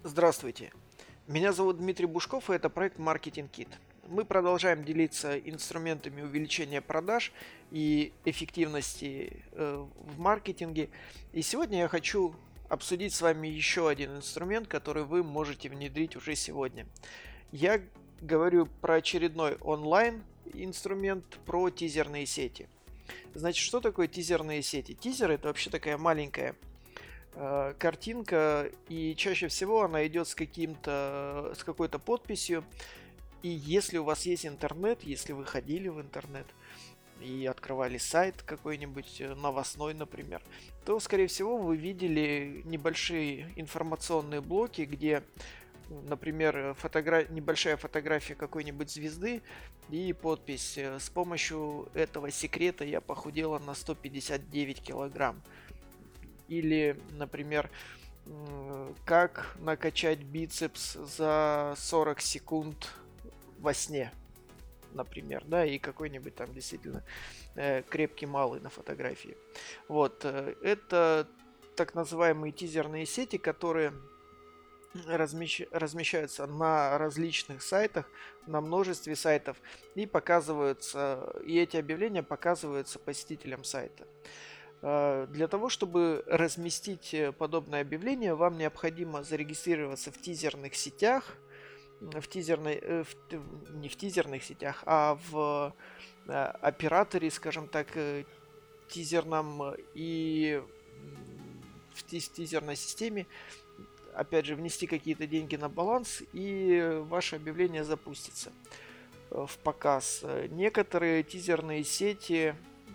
Здравствуйте, меня зовут Дмитрий Бушков, и это проект Marketing Kit. Мы продолжаем делиться инструментами увеличения продаж и эффективности в маркетинге. И сегодня я хочу обсудить с вами еще один инструмент, который вы можете внедрить уже сегодня. Я говорю про очередной онлайн инструмент, про тизерные сети. Значит, что такое тизерные сети? Тизер — это вообще такая маленькая картинка, и чаще всего она идет с какой-то подписью. И если у вас есть интернет, если вы ходили в интернет и открывали сайт какой-нибудь новостной, например, то, скорее всего, вы видели небольшие информационные блоки, где, например, небольшая фотография какой-нибудь звезды и подпись: «С помощью этого секрета я похудела на 159 килограмм». Или, например, как накачать бицепс за 40 секунд во сне, например, да, и какой-нибудь там действительно крепкий малый на фотографии. Вот, это так называемые тизерные сети, которые размещаются на различных сайтах, на множестве сайтов, и эти объявления показываются посетителям сайта. Для того, чтобы разместить подобное объявление, вам необходимо зарегистрироваться в тизерных сетях, не в тизерных сетях, а в операторе, скажем так, тизерном, и в тизерной системе, опять же, внести какие-то деньги на баланс, и ваше объявление запустится в показ. Некоторые тизерные сети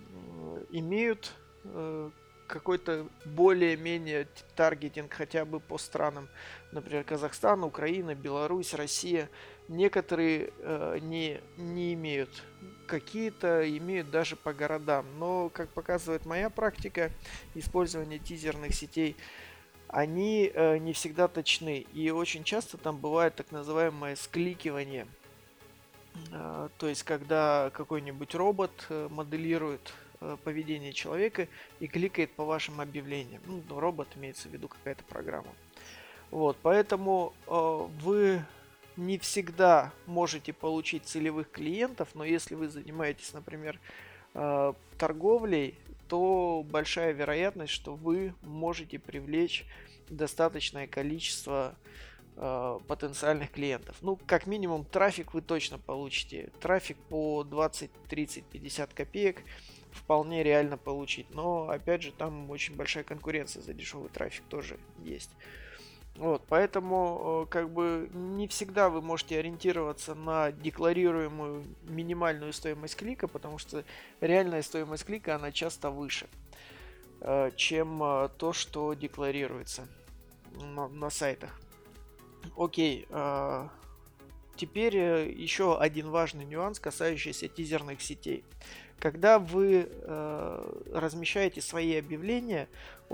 имеют какой-то более-менее таргетинг хотя бы по странам, например, Казахстан, Украина, Беларусь, Россия. Некоторые не имеют, какие-то имеют даже по городам. Но, как показывает моя практика использования тизерных сетей, они не всегда точны. И очень часто там бывает так называемое скликивание. То есть, когда какой-нибудь робот моделирует поведение человека и кликает по вашим объявлениям. Ну, робот имеется в виду какая-то программа. Вот, поэтому вы не всегда можете получить целевых клиентов, но если вы занимаетесь, например, торговлей, то большая вероятность, что вы можете привлечь достаточное количество потенциальных клиентов. Ну, как минимум, трафик вы точно получите. Трафик по 20, 30, 50 копеек вполне реально получить. Но, опять же, там очень большая конкуренция за дешевый трафик тоже есть. Вот, поэтому, как бы, не всегда вы можете ориентироваться на декларируемую минимальную стоимость клика, потому что реальная стоимость клика, она часто выше, чем то, что декларируется на сайтах. Окей, теперь еще один важный нюанс, касающийся тизерных сетей. Когда вы размещаете свои объявления,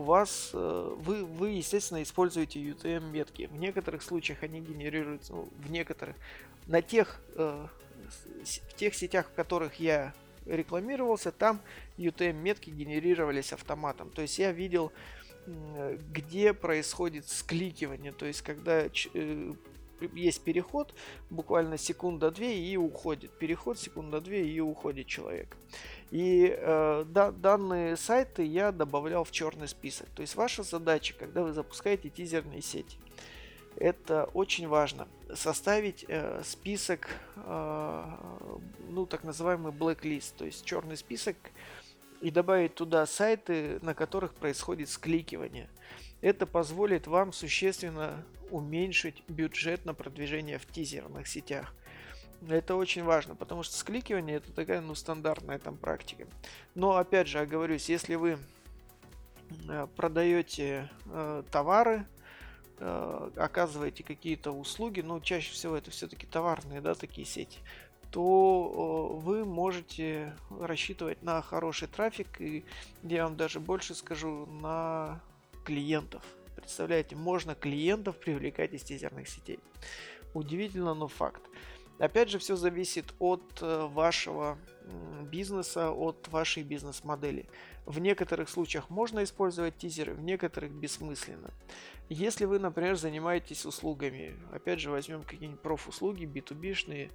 вы, естественно, используете UTM-метки. В некоторых случаях они генерируются, в тех сетях, в которых я рекламировался, там UTM-метки генерировались автоматом. То есть я видел, где происходит скликивание, то есть когда есть переход, буквально секунда-две и уходит. Переход секунда-две и уходит человек. И данные сайты я добавлял в черный список. То есть ваша задача, когда вы запускаете тизерные сети, это очень важно. Составить список, так называемый blacklist, то есть черный список, и добавить туда сайты, на которых происходит скликивание. Это позволит вам существенно уменьшить бюджет на продвижение в тизерных сетях. Это очень важно, потому что скликивание — это такая, стандартная там практика. Но, опять же, оговорюсь, если вы продаете товары, оказываете какие-то услуги, чаще всего это все-таки товарные, да, такие сети, то вы можете рассчитывать на хороший трафик, и я вам даже больше скажу, на клиентов. Представляете, можно клиентов привлекать из тизерных сетей. Удивительно, но факт. Опять же, все зависит от вашего бизнеса, от вашей бизнес-модели. В некоторых случаях можно использовать тизеры, в некоторых бессмысленно. Если вы, например, занимаетесь услугами, опять же возьмем какие-нибудь профуслуги, B2B-шные,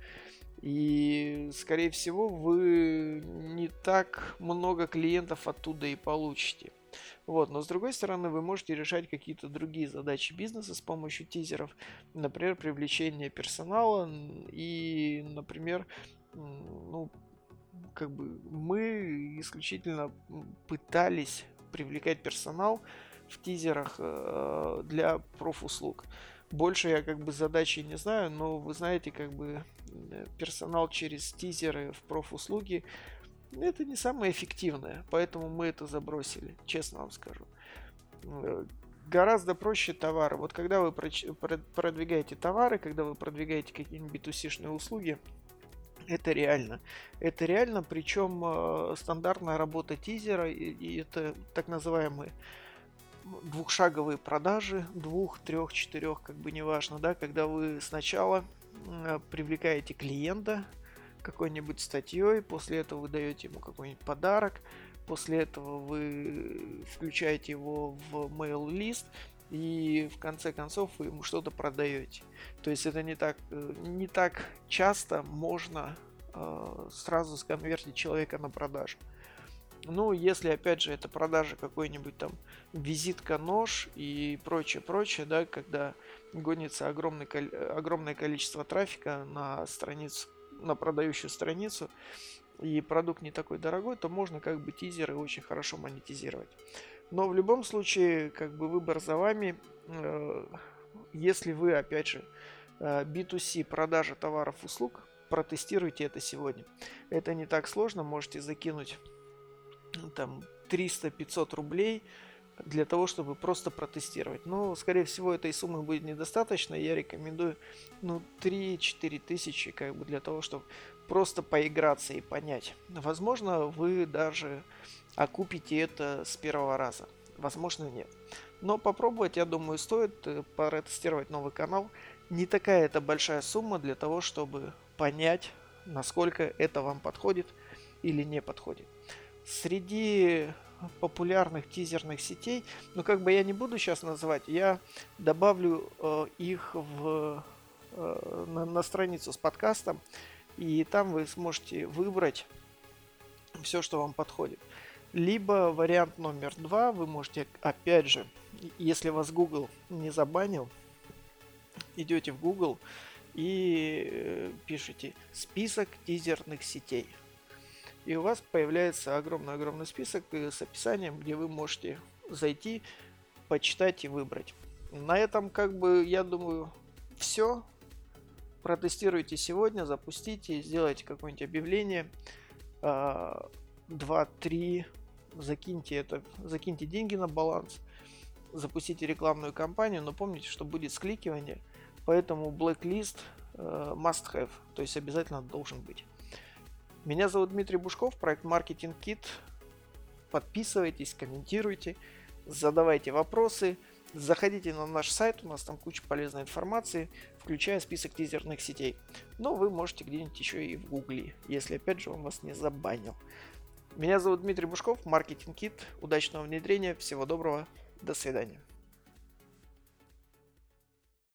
и, скорее всего, вы не так много клиентов оттуда и получите. Вот. Но с другой стороны, вы можете решать какие-то другие задачи бизнеса с помощью тизеров. Например, привлечение персонала и, например, ну, как бы мы исключительно пытались привлекать персонал в тизерах для профуслуг. Больше я как бы задачи не знаю, но вы знаете, как бы персонал через тизеры в профуслуги это не самое эффективное, поэтому мы это забросили, честно вам скажу. Гораздо проще товары. Вот когда вы продвигаете товары, когда вы продвигаете какие-нибудь B2C-шные услуги, это реально. Это реально, причем стандартная работа тизера, и это так называемые двухшаговые продажи, 2, 3, 4, как бы неважно, да, когда вы сначала привлекаете клиента какой-нибудь статьей, после этого вы даете ему какой-нибудь подарок, после этого вы включаете его в mail-лист, и в конце концов вы ему что-то продаете. То есть это не так часто можно сразу сконвертить человека на продажу. Ну, если, опять же, это продажа какой-нибудь там визитка, нож и прочее, да, когда гонится огромное количество трафика на страницу, на продающую страницу, и продукт не такой дорогой, то можно как бы тизеры очень хорошо монетизировать. Но в любом случае, как бы выбор за вами. Если вы, опять же, B2C, продажа товаров, услуг, протестируйте это сегодня. Это не так сложно, можете закинуть там 300-500 рублей для того, чтобы просто протестировать. Но, скорее всего, этой суммы будет недостаточно. Я рекомендую 3-4 тысячи, как бы для того, чтобы просто поиграться и понять. Возможно, вы даже окупите это с первого раза. Возможно, нет. Но попробовать, я думаю, стоит протестировать новый канал. Не такая это большая сумма для того, чтобы понять, насколько это вам подходит или не подходит. Среди популярных тизерных сетей, как бы я не буду сейчас называть, я добавлю их на страницу с подкастом, и там вы сможете выбрать все, что вам подходит. Либо вариант номер 2, вы можете, опять же, если вас Google не забанил, идете в Google и пишите «список тизерных сетей». И у вас появляется огромный список с описанием, где вы можете зайти, почитать и выбрать. На этом, как бы, я думаю, все. Протестируйте сегодня, запустите, сделайте какое-нибудь объявление. 2-3, закиньте деньги на баланс, запустите рекламную кампанию, но помните, что будет скликивание, поэтому blacklist must have, то есть обязательно должен быть. Меня зовут Дмитрий Бушков, проект Marketing Kit. Подписывайтесь, комментируйте, задавайте вопросы, заходите на наш сайт, у нас там куча полезной информации, включая список тизерных сетей. Но вы можете где-нибудь еще и в Гугле, если опять же он вас не забанил. Меня зовут Дмитрий Бушков, Marketing Kit. Удачного внедрения, всего доброго, до свидания.